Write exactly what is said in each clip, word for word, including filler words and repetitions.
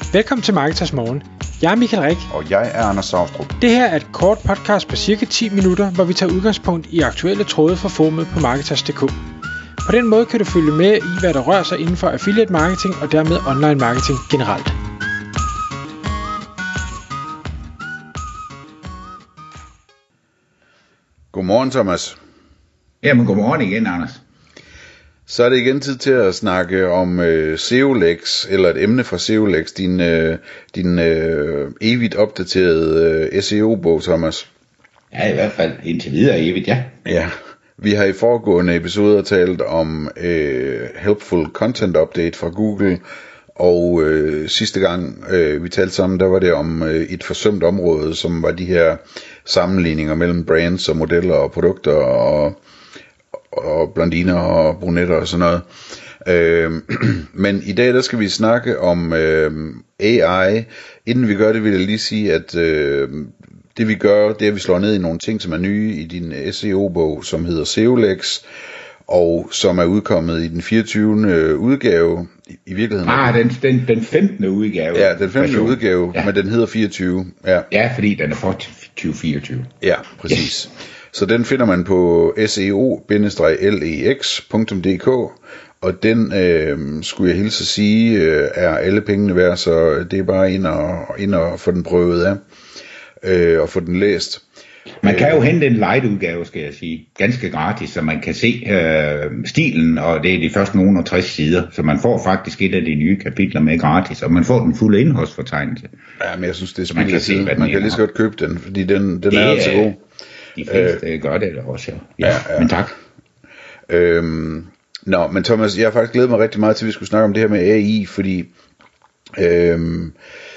Velkommen til Marketers Morgen. Jeg er Michael Rik. Og jeg er Anders Saustrup. Det her er et kort podcast på cirka ti minutter, hvor vi tager udgangspunkt i aktuelle tråde fra forumet på Marketers punktum d k. På den måde kan du følge med i, hvad der rører sig inden for affiliate marketing og dermed online marketing generelt. Godmorgen, Thomas. Jamen, godmorgen igen, Anders. Så er det igen tid til at snakke om øh, S E O-Lex, eller et emne fra S E O-Lex, din, øh, din øh, evigt opdaterede øh, S E O-bog, Thomas. Ja, i hvert fald indtil videre evigt, ja. Ja, vi har i foregående episoder talt om øh, Helpful Content Update fra Google, og øh, sidste gang øh, vi talte sammen, der var det om øh, et forsømt område, som var de her sammenligninger mellem brands og modeller og produkter og og blondiner og brunetter og sådan noget. Øh, men i dag der skal vi snakke om øh, A I. Inden vi gør det, vil jeg lige sige, at øh, det vi gør, det er, at vi slår ned i nogle ting, som er nye i din S E O-bog, som hedder S E O-Lex, og som er udkommet i den fireogtyvende udgave. I, i virkeligheden. Ah, den, den, den femtende udgave. Ja, den femtende udgave, ja. Men den hedder fireogtyve. Ja, ja, fordi den er for tyve fireogtyve. Ja, præcis. Yes. Så den finder man på S E O lex punktum d k, og den øh, skulle jeg hilse at sige øh, er alle pengene værd, så det er bare ind og, ind og få den prøvet af øh, og få den læst. Man kan jo hente en light udgave, skal jeg sige, ganske gratis, så man kan se øh, stilen, og det er de første nogle og tres sider, så man får faktisk et af de nye kapitler med gratis, og man får den fulde indholdsfortegnelse. Ja, men jeg synes det er spild af tid. Man kan lige så godt købe den, fordi den, den er altså god. De fleste øh, gør det også, ja. Ja, ja. Men tak. Øhm, nå, men Thomas, jeg har faktisk glædet mig rigtig meget til, at vi skulle snakke om det her med A I, fordi øhm,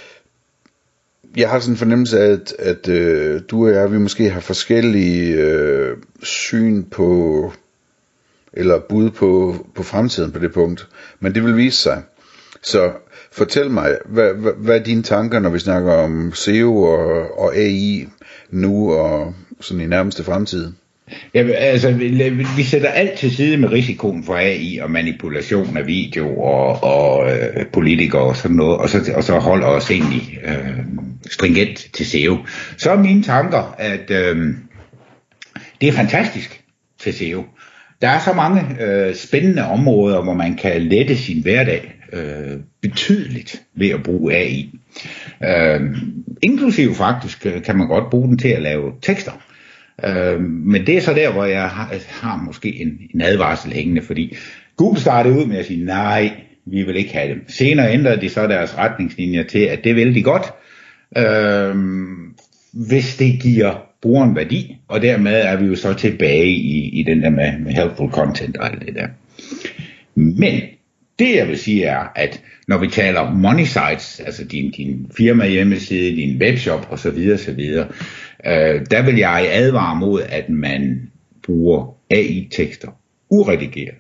jeg har sådan en fornemmelse af, at, at øh, du og jeg, vi måske har forskellige øh, syn på, eller bud på, på fremtiden på det punkt, men det vil vise sig. Så fortæl mig, hvad, hvad, hvad er dine tanker, når vi snakker om S E O og, og A I nu og sådan i nærmeste fremtid? Ja, altså, vi, vi sætter alt til side med risikoen for A I og manipulation af video og, og øh, politikere og sådan noget, og så, og så holder os egentlig øh, stringent til S E O. Så er mine tanker, at øh, det er fantastisk til S E O. Der er så mange øh, spændende områder, hvor man kan lette sin hverdag øh, betydeligt ved at bruge A I. Øh, inklusiv faktisk kan man godt bruge den til at lave tekster. Øh, men det er så der, hvor jeg har, har måske en, en advarsel hængende, fordi Google startede ud med at sige, nej, vi vil ikke have dem. Senere ændrede de så deres retningslinjer til, at det vil de godt, øh, hvis det giver brugeren værdi, og dermed er vi jo så tilbage i, i den der med, med helpful content og alt det der. Men det jeg vil sige er, at når vi taler money sites, altså din, din firma hjemmeside, din webshop osv. osv., øh, der vil jeg advare mod, at man bruger A I-tekster uredigeret.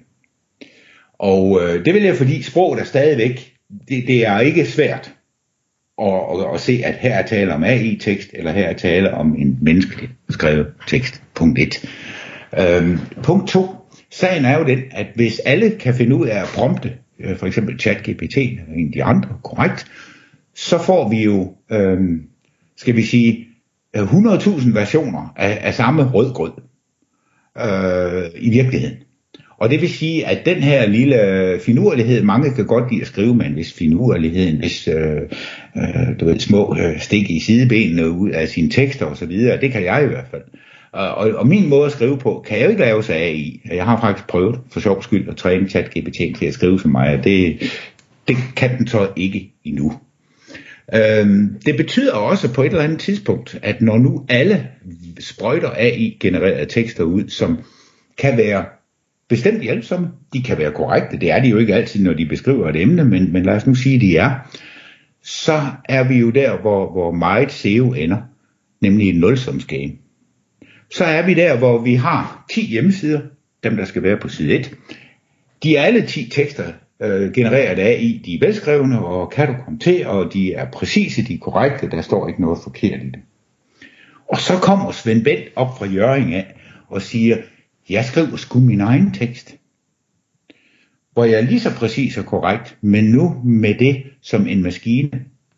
Og øh, det vil jeg, fordi sproget er stadigvæk, det, det er ikke svært at, at, at se, at her er tale om A I-tekst, eller her er tale om en menneskelig skrevet tekst. Punkt et. Øhm, punkt to. Sagen er jo den, at hvis alle kan finde ud af at prompte, øh, for eksempel ChatGPT eller en af de andre, korrekt, så får vi jo, øh, skal vi sige, hundrede tusind versioner af, af samme rødgrød øh, i virkeligheden. Og det vil sige, at den her lille finurlighed, mange kan godt lide at skrive med en vis finurlighed, en vis øh, øh, du ved, små øh, stik i sidebenene ud af sine tekster osv., det kan jeg i hvert fald. Og, og min måde at skrive på, kan jeg jo ikke lave sig af i. Jeg har faktisk prøvet for sjov skyld at træne ChatGPT til at skrive som mig, og det, det kan den så ikke endnu. Øhm, det betyder også på et eller andet tidspunkt, at når nu alle sprøjter A I-genererede tekster ud, som kan være bestemt hjælpsomme, de kan være korrekte, det er de jo ikke altid, når de beskriver et emne, men, men lad os nu sige, de er, så er vi jo der, hvor, hvor meget S E O ender, nemlig et nulsumsgame. Så er vi der, hvor vi har ti hjemmesider, dem der skal være på side et. De er alle ti tekster øh, genereret af A I, de er velskrevne, og kan du komme til, og de er præcise, de er korrekte, der står ikke noget forkert i det. Og så kommer Svend Bent op fra Hjørring af og siger, jeg skriver sgu min egen tekst, hvor jeg er lige så præcis og korrekt, men nu med det, som en maskine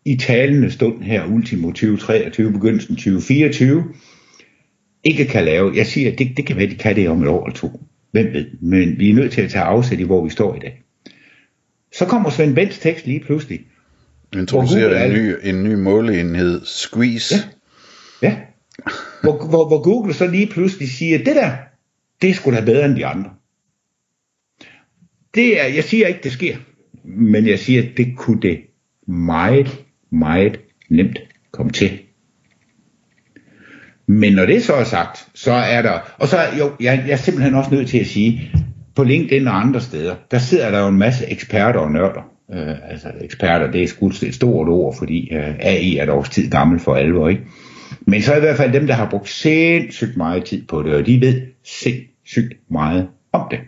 i talende stund her, ultimo tyve treogtyve, begyndelsen tyve fireogtyve, ikke kan lave. Jeg siger, at det, det kan være, de kan det om et år eller to. Hvem ved? Men vi er nødt til at tage afsæt i, hvor vi står i dag. Så kommer Svend Bendts tekst lige pludselig. Introducerer en ny, en ny måleenhed, Squeeze. Ja, ja. Hvor, hvor, hvor Google så lige pludselig siger, det der, det er sgu da bedre end de andre. Det er, jeg siger ikke, det sker, men jeg siger, at det kunne det meget, meget nemt komme til. Men når det så er sagt, så er der, og så jo, jeg, jeg er simpelthen også nødt til at sige, på LinkedIn og andre steder, der sidder der jo en masse eksperter og nørder. Uh, altså eksperter, det er sgu et stort ord, fordi uh, A I er et års tid gammel for alvor, ikke? Men så er i hvert fald dem, der har brugt sindssygt meget tid på det, og de ved sindssygt meget om det.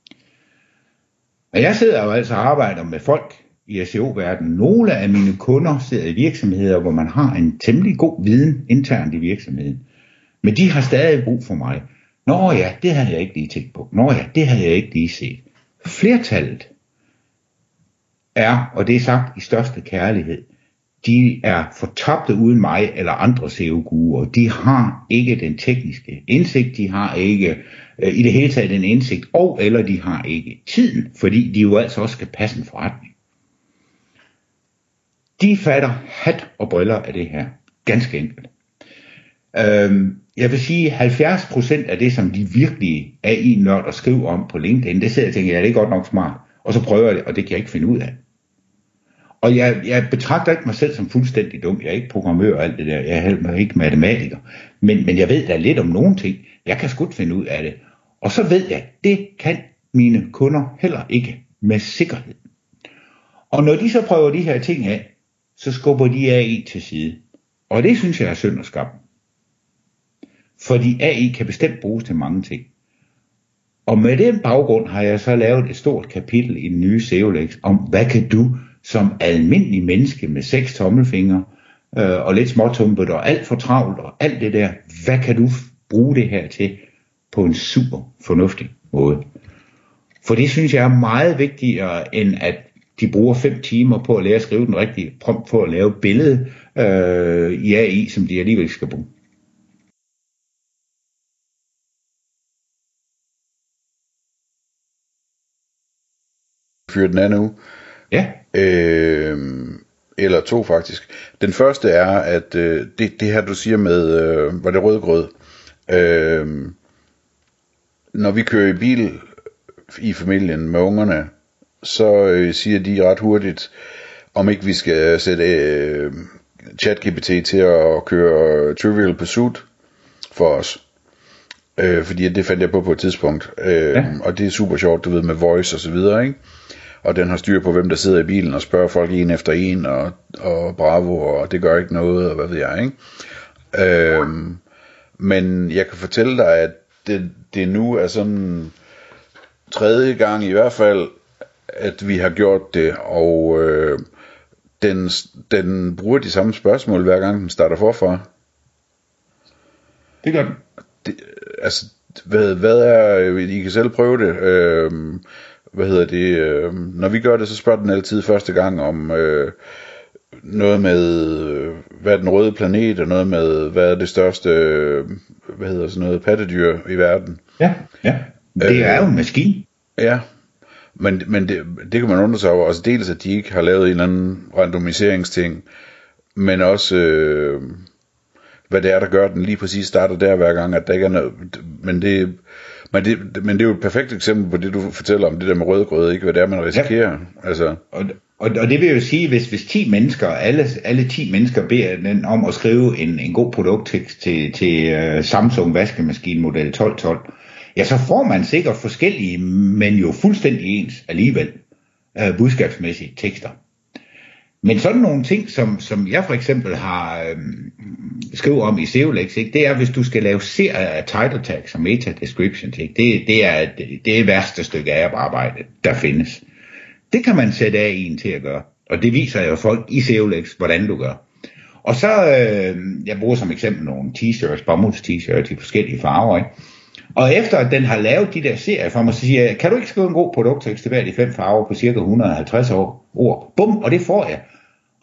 Og jeg sidder jo altså og arbejder med folk i S E O-verdenen. Nogle af mine kunder sidder i virksomheder, hvor man har en temmelig god viden internt i virksomheden. Men de har stadig brug for mig. Nå ja, det havde jeg ikke lige tænkt på. Nå ja, det havde jeg ikke lige set. Flertallet er, og det er sagt i største kærlighed, de er fortabte uden mig eller andre S E O-guruer. De har ikke den tekniske indsigt, de har ikke øh, i det hele taget den indsigt, og eller de har ikke tiden, fordi de jo altså også skal passe en forretning. De fatter hat og briller af det her. Ganske enkelt. Øhm, jeg vil sige, halvfjerds procent af det, som de virkelige A I-nørder skriver om på LinkedIn, det sidder jeg og tænker, ja, det er godt nok smart. Og så prøver jeg det, og det kan jeg ikke finde ud af. Og jeg, jeg betragter ikke mig selv som fuldstændig dum. Jeg er ikke programmør og alt det der. Jeg er heller ikke matematiker. Men, men jeg ved da lidt om nogle ting. Jeg kan sgu finde ud af det. Og så ved jeg, det kan mine kunder heller ikke med sikkerhed. Og når de så prøver de her ting af, så skubber de A I til side. Og det synes jeg er synd og skam. Fordi A I kan bestemt bruges til mange ting. Og med den baggrund har jeg så lavet et stort kapitel i den nye S E O-leks om, hvad kan du som almindelig menneske med seks tommelfingre øh, og lidt småtumpet og alt for travlt og alt det der, hvad kan du bruge det her til på en super fornuftig måde? For det synes jeg er meget vigtigere, end at de bruger fem timer på at lære at skrive den rigtige prompt på at lave billede øh, i A I, som de alligevel skal bruge. Fyr den anden uge. Ja. Øh, eller to faktisk. Den første er, at øh, det, det her du siger med, øh, var det rødgrød? Øh, når vi kører i bil i familien med ungerne, så øh, siger de ret hurtigt, om ikke vi skal sætte øh, ChatGPT til at køre Trivial Pursuit for os. Øh, fordi det fandt jeg på på et tidspunkt. Øh, ja. Og det er super sjovt, du ved, med voice og så videre, ikke? Og den har styr på, hvem der sidder i bilen og spørger folk en efter en, og, og bravo, og det gør ikke noget, og hvad ved jeg, ikke? Øhm, men jeg kan fortælle dig, at det, det nu er sådan tredje gang i hvert fald, at vi har gjort det, og øh, den, den bruger de samme spørgsmål, hver gang den starter forfra. Det gør den. Det, altså, hvad, hvad er, I kan selv prøve det, øh, hvad hedder det, øh, når vi gør det, så spørger den altid første gang om øh, noget med, øh, hvad er den røde planet, og noget med, hvad er det største, øh, hvad hedder sådan noget, pattedyr i verden. Ja, ja. Det er jo en maskine. Ja, men, men det, det kan man undre sig over, også dels at de ikke har lavet en eller anden randomiseringsting, men også øh, hvad det er, der gør, at den lige præcis starter der hver gang, at der ikke er noget, men det, men det, men det er jo et perfekt eksempel på det, du fortæller om det der med rødgrød, ikke hvad det er, man risikerer. Ja. Altså. Og, og, og det vil jo sige, hvis, hvis ti mennesker, alle, alle ti mennesker beder den om at skrive en, en god produkttekst til, til uh, Samsung vaskemaskine model tolv tolv, ja, så får man sikkert forskellige, men jo fuldstændig ens alligevel, uh, budskabsmæssige tekster. Men sådan nogle ting, som, som jeg for eksempel har øh, skrevet om i S E O-leks, ikke, det er, hvis du skal lave serier af title tags og meta descriptions, ikke, det, det er det, det er værste stykke af arbejde, der findes. Det kan man sætte af en til at gøre, og det viser jo folk i S E O-leks, hvordan du gør. Og så, øh, jeg bruger som eksempel nogle t-shirts, bomulds t-shirts i forskellige farver, ikke? Og efter at den har lavet de der serier for mig, så siger jeg, kan du ikke skrive en god produkttekst til hver de fem farver på cirka et hundrede og halvtreds ord? Bum, og det får jeg.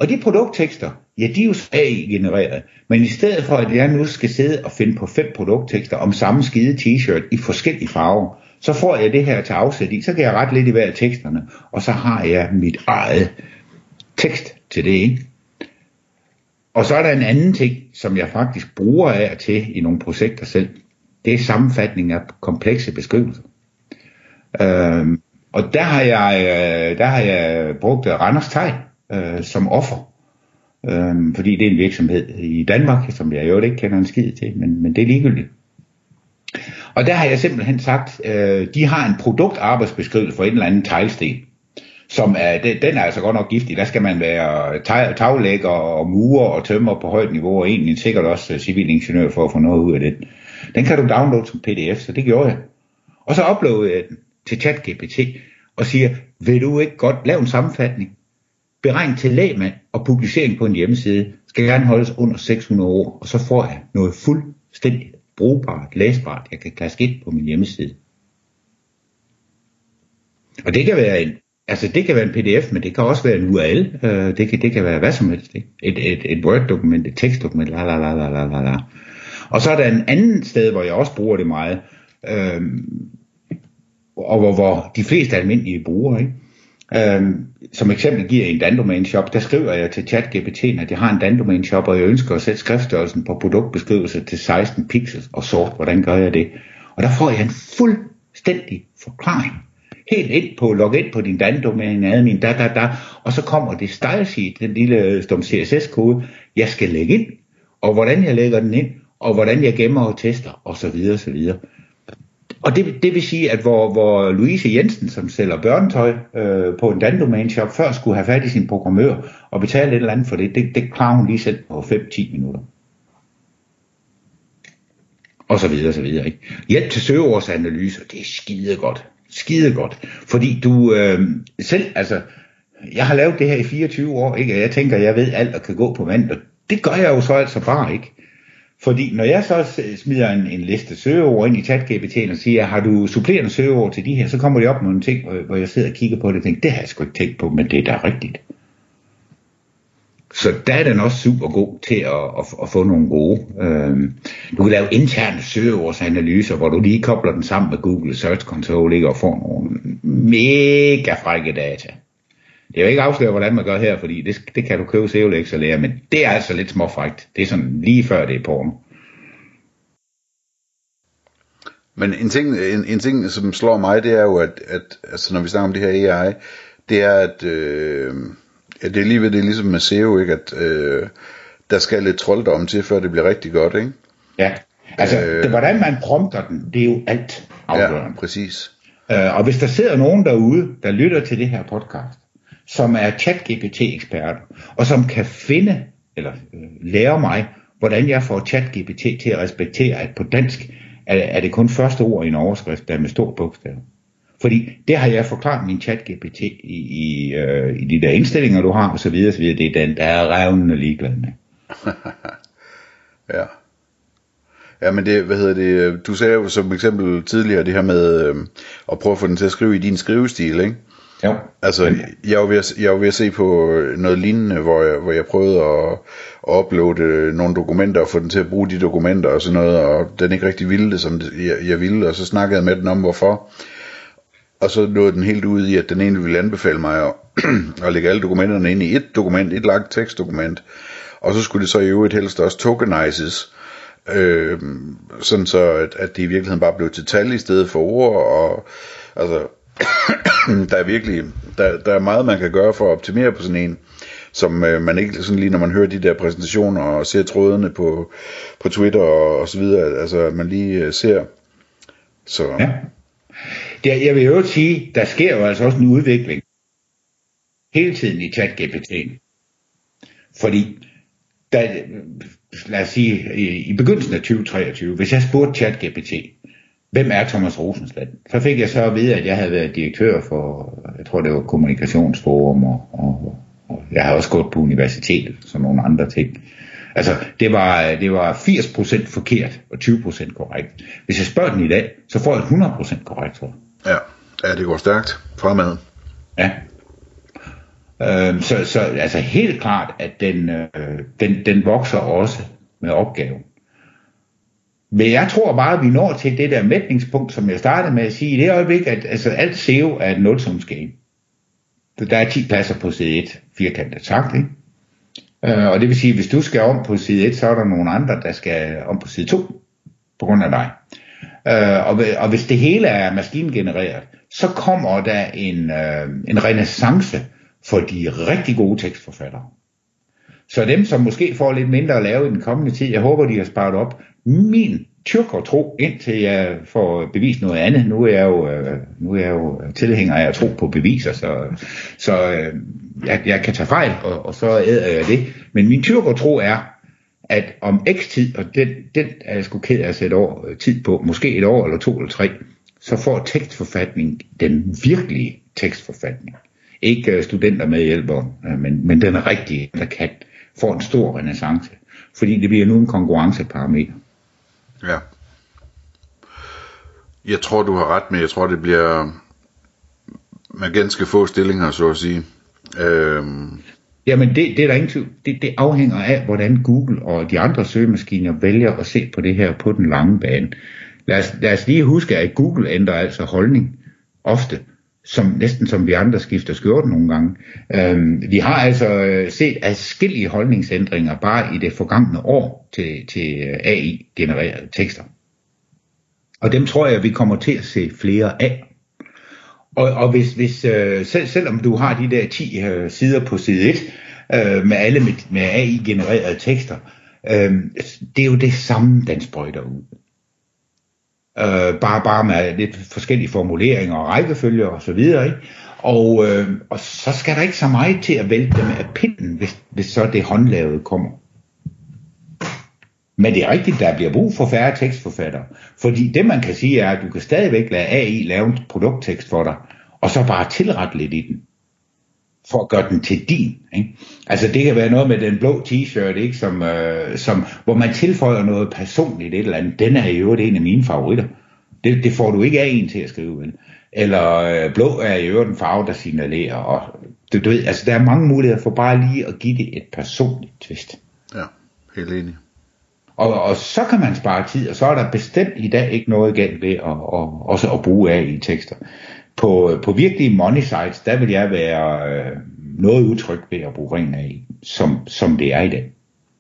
Og de produkttekster, ja, de er jo A I-genereret. Men i stedet for, at jeg nu skal sidde og finde på fem produkttekster om samme skide t-shirt i forskellige farver, så får jeg det her til afsæt i, så kan jeg rette lidt i hver af teksterne, og så har jeg mit eget tekst til det, ikke? Og så er der en anden ting, som jeg faktisk bruger af til i nogle projekter selv. Det er sammenfatning af komplekse beskrivelser. Øhm, og der har jeg, der har jeg brugt Randers Tegn øh, som offer. Øhm, fordi det er en virksomhed i Danmark, som jeg jo ikke kender en skid til, men, men det er ligegyldigt. Og der har jeg simpelthen sagt, øh, de har en produktarbejdsbeskrivelse for en eller anden teglsten, som er, den er altså godt nok giftig. Der skal man være tag, taglægger og murer og tømmer på højt niveau, og egentlig sikkert også civilingeniør for at få noget ud af den. Den kan du downloade som P D F, så det gjorde jeg. Og så uploadede jeg den til ChatGPT og siger, vil du ikke godt lave en sammenfatning? Beregn til lægmand og publicering på en hjemmeside skal gerne holdes under seks hundrede ord, og så får jeg noget fuldstændig brugbart, læsbart, jeg kan klaske ind på min hjemmeside. Og det kan være en, altså det kan være en P D F, men det kan også være en U R L, øh, det, kan, det kan være hvad som helst, ikke? Et, et, et Word-dokument, et tekstdokument, la la la la la la la. Og så er der en anden sted, hvor jeg også bruger det meget, øh, og hvor, hvor de fleste almindelige bruger, ikke? Øhm, som eksempel giver en Dan-domæne shop, der skriver jeg til ChatGPT, at jeg har en Dan-domæne shop, og jeg ønsker at sætte skriftstørrelsen på produktbeskrivelse til seksten pixels og sort. Hvordan gør jeg det? Og der får jeg en fuldstændig forklaring. Helt ind på, log ind på din Dan-domæne, admin, da, da, da, og så kommer det stylesheet, den lille stum C S S-kode, jeg skal lægge ind, og hvordan jeg lægger den ind, og hvordan jeg gemmer og tester, og så videre, så videre. Og det, det vil sige, at hvor, hvor Louise Jensen, som sælger børnetøj øh, på en Dan-domæne shop, før skulle have fat i sin programmør og betale et eller andet for det, det, det klarer hun lige selv på fem til ti minutter. Og så videre, så videre. Ikke? Hjælp til søgeordsanalyser, det er skide godt. Skide godt. Fordi du øh, selv, altså, jeg har lavet det her i fireogtyve år, ikke? Og jeg tænker, jeg ved alt og kan gå på vand, og det gør jeg jo så altså bare ikke. Fordi når jeg så smider en, en liste søgeord ind i ChatGPT og siger, har du supplerende søgeord til de her, så kommer de op med nogle ting, hvor jeg sidder og kigger på det og tænker, det har jeg sgu ikke tænkt på, men det er da rigtigt. Så der er den også super god til at, at, at få nogle gode. Øhm, du kan lave interne søgeordsanalyser, hvor du lige kobler den sammen med Google Search Console, ikke, og får nogle mega frække data. Jeg vil ikke afsløre, hvordan man gør her, fordi det, det kan du købe S E O-lekser og lære, men det er altså lidt småfrækt. Det er sådan lige før det er porno. Men en ting, en, en ting, som slår mig, det er jo, at, at altså, når vi snakker om det her A I, det er, at, øh, at det er lige ved det, ligesom med S E O, ikke? At øh, der skal lidt trolddom til, før det bliver rigtig godt, ikke? Ja, altså, øh, det, hvordan man prompter den, det er jo alt afgørende. Ja, præcis. Øh, og hvis der sidder nogen derude, der lytter til det her podcast, som er ChatGPT-ekspert, og som kan finde, eller øh, lære mig, hvordan jeg får ChatGPT til at respektere, at på dansk er, er det kun første ord i en overskrift, der er med stor bogstav. Fordi det har jeg forklaret min ChatGPT i, i, øh, i de der indstillinger, du har, og så videre, så videre. Det er den, der er revnende ligeglad med. Ja. Ja, men det, hvad hedder det, du sagde jo som eksempel tidligere det her med øh, at prøve at få den til at skrive i din skrivestil, ikke? Jo. Altså, jeg var, ved at, jeg var ved at se på noget lignende, hvor jeg, hvor jeg prøvede at, at uploade nogle dokumenter og få den til at bruge de dokumenter og sådan noget, og den ikke rigtig ville det, som jeg, jeg ville, og så snakkede jeg med den om, hvorfor. Og så nåede den helt ud i, at den egentlig ville anbefale mig at, at lægge alle dokumenterne ind i et dokument, et langt tekstdokument, og så skulle det så i øvrigt helst også tokenizes, øh, sådan så, at, at det i virkeligheden bare blev til tal i stedet for ord, og altså... der er virkelig der, der er meget man kan gøre for at optimere på sådan en, som øh, man ikke sådan lige når man hører de der præsentationer og ser trådene på på Twitter og, og så videre, altså man lige øh, ser. Så ja. Det, jeg vil jo sige, der sker jo altså også en udvikling hele tiden i ChatGPT. Fordi der, lad os sige i, i begyndelsen af tyve treogtyve, hvis jeg spurgte ChatGPT, hvem er Thomas Rosensland? Så fik jeg så at vide, at jeg havde været direktør for, jeg tror det var Kommunikationsforum, og, og, og jeg har også gået på universitetet, og sådan nogle andre ting. Altså, det var, det var firs procent forkert, og tyve procent korrekt. Hvis jeg spørger den i dag, så får jeg hundrede procent korrekt, tror jeg. Ja, ja, det går stærkt fremad. Ja. Øh, så, så altså helt klart, at den, øh, den, den vokser også med opgaven. Men jeg tror bare, at vi når til det der mætningspunkt, som jeg startede med at sige, i det øjeblik, at altså, alt S E O er et nulsumsgame. Der er ti pladser på side et, firkantet sagt, ikke? Øh, og det vil sige, at hvis du skal om på side et, så er der nogle andre, der skal om på side to, på grund af dig. Øh, og, og hvis det hele er maskingenereret, så kommer der en, øh, en renaissance for de rigtig gode tekstforfattere. Så dem, som måske får lidt mindre at lave i den kommende tid, jeg håber, de har sparet op. Min tyrkertro, indtil jeg får bevist noget andet. Nu er jeg jo, øh, nu er jeg jo tilhænger af at tro på beviser, så, så øh, jeg, jeg kan tage fejl, og, og så æder jeg det. Men min tyrkertro er, at om x tid, og den, den er jeg sgu ked af at sætte år, tid på, måske et år eller to eller tre, så får tekstforfatning den virkelige tekstforfatning. Ikke studenter med hjælpere, men, men den rigtige, der kan, får en stor renaissance. Fordi det bliver nu en konkurrenceparameter. Ja. Jeg tror, du har ret med. Jeg tror, det bliver med ganske få stillinger, så at sige. Øhm. Jamen, det, det er der ingen tvivl. Det, det afhænger af, hvordan Google og de andre søgemaskiner vælger at se på det her på den lange bane. Lad os, lad os lige huske, at Google ændrer altså holdning ofte. Som, næsten som vi andre skifter skjorten nogle gange. Øhm, vi har altså set adskillige holdningsændringer bare i det forgangne år til, til A I-genererede tekster. Og dem tror jeg, vi kommer til at se flere af. Og, og hvis, hvis øh, selv, selvom du har de der ti øh, sider på side et øh, med alle med, med A I-genererede tekster, øh, det er jo det samme, den sprøjter ud. Øh, bare, bare med lidt forskellige formuleringer og rækkefølger og så videre, ikke? Og, øh, og så skal der ikke så meget til at vælte dem af pinden, hvis, hvis så det håndlavede kommer. Men det er rigtigt, der bliver brug for færre tekstforfattere. Fordi det man kan sige er, at du kan stadigvæk lade A I lave en produkttekst for dig, og så bare tilrette lidt i den, for at gøre den til din, ikke? Altså det kan være noget med den blå t-shirt, ikke? Som, øh, som, hvor man tilføjer noget personligt et eller andet. Den er jo en af mine favoritter. Det, det får du ikke af en til at skrive, vel? Eller øh, blå er jo en farve, der signalerer. Og, du, du ved, altså der er mange muligheder for bare lige at give det et personligt twist. Ja, helt enig. Og, og så kan man spare tid, og så er der bestemt i dag ikke noget galt ved at, og, også at bruge A I-tekster. På, på virkelige money sites, der vil jeg være øh, noget utryg ved at bruge ren A I, som, som det er i dag.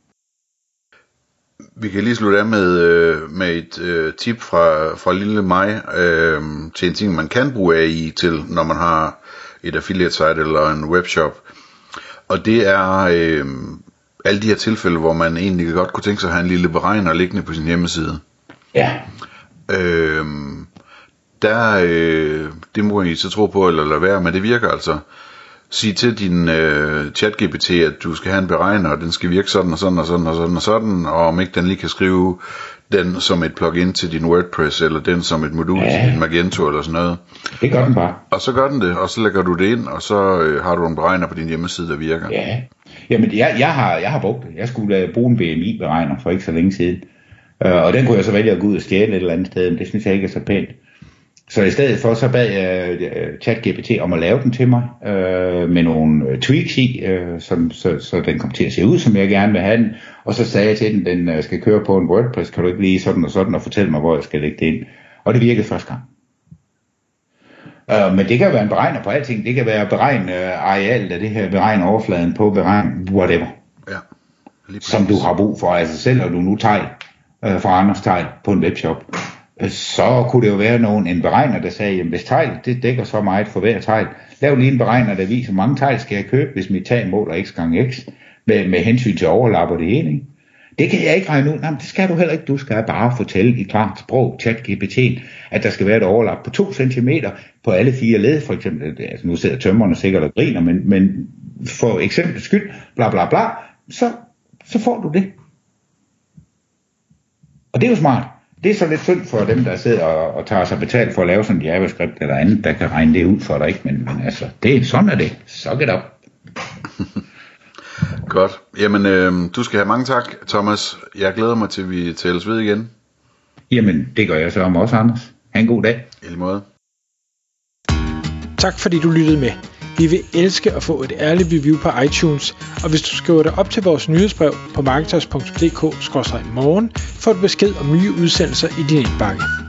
Vi kan lige slutte af med, øh, med et øh, tip fra, fra lille mig øh, til en ting, man kan bruge A I til, når man har et affiliate site eller en webshop. Og det er øh, alle de her tilfælde, hvor man egentlig godt kunne tænke sig at have en lille beregner liggende på sin hjemmeside. Ja. Øh, der, øh, det må I så tro på eller lade være, men det virker altså. Sig til din øh, chat-G P T, at du skal have en beregner, og den skal virke sådan og sådan og sådan og sådan og sådan, og om ikke den lige kan skrive den som et plugin til din WordPress, eller den som et modul ja. til din Magento eller sådan noget. Det gør den bare. Og så gør den det, og så lægger du det ind, og så øh, har du en beregner på din hjemmeside, der virker. Ja, jamen jeg, jeg, har, jeg har brugt det. Jeg skulle uh, bruge en B M I-beregner for ikke så længe siden, uh, og den kunne jeg så vælge at gå ud og stjæle et eller andet sted, men det synes jeg ikke er så pænt. Så i stedet for, så bad jeg uh, ChatGPT om at lave den til mig, uh, med nogle uh, tweaks i, uh, som, så, så den kom til at se ud, som jeg gerne vil have den. Og så sagde jeg til den, den uh, skal køre på en WordPress, kan du ikke lige sådan og sådan og fortælle mig, hvor jeg skal lægge det ind. Og det virkede første gang. Uh, men det kan være en beregner på alting. Det kan være beregn uh, arealet af det her, beregn overfladen på, beregn whatever. Ja, som du har brug for. Altså selv når du nu tegl uh, fra Anders Tegl på en webshop, så kunne det jo være nogen, en beregner, der sagde, jamen hvis tegl, det dækker så meget for hver tegl. Lav lige en beregner, der viser, hvor mange tegl skal jeg købe, hvis mit tag måler x gange x, med, med hensyn til overlap og det hele, ikke? Det kan jeg ikke regne ud. Nej, det skal du heller ikke. Du skal bare fortælle i klart sprog, ChatGPT'en, at der skal være et overlap på to centimeter på alle fire led, for eksempel. Altså nu sidder tømmerne sikkert og griner, men, men for eksempel skyld, bla bla bla, så, så får du det. Og det er jo smart. Det er så lidt synd for dem, der sidder og, og tager sig betalt for at lave sådan en JavaScript eller andet, der kan regne det ud for dig, ikke? Men, men altså, det, sådan er det. Suck it up. Godt. Jamen, øh, du skal have mange tak, Thomas. Jeg glæder mig til, at vi tales ved igen. Jamen, det gør jeg så om også, Anders. Ha' en god dag. I lige måde. Tak fordi du lyttede med. Vi vil elske at få et ærligt review på iTunes, og hvis du skriver dig op til vores nyhedsbrev på marketers punktum d k skråstreg morgen, får du besked om nye udsendelser i din indbakke.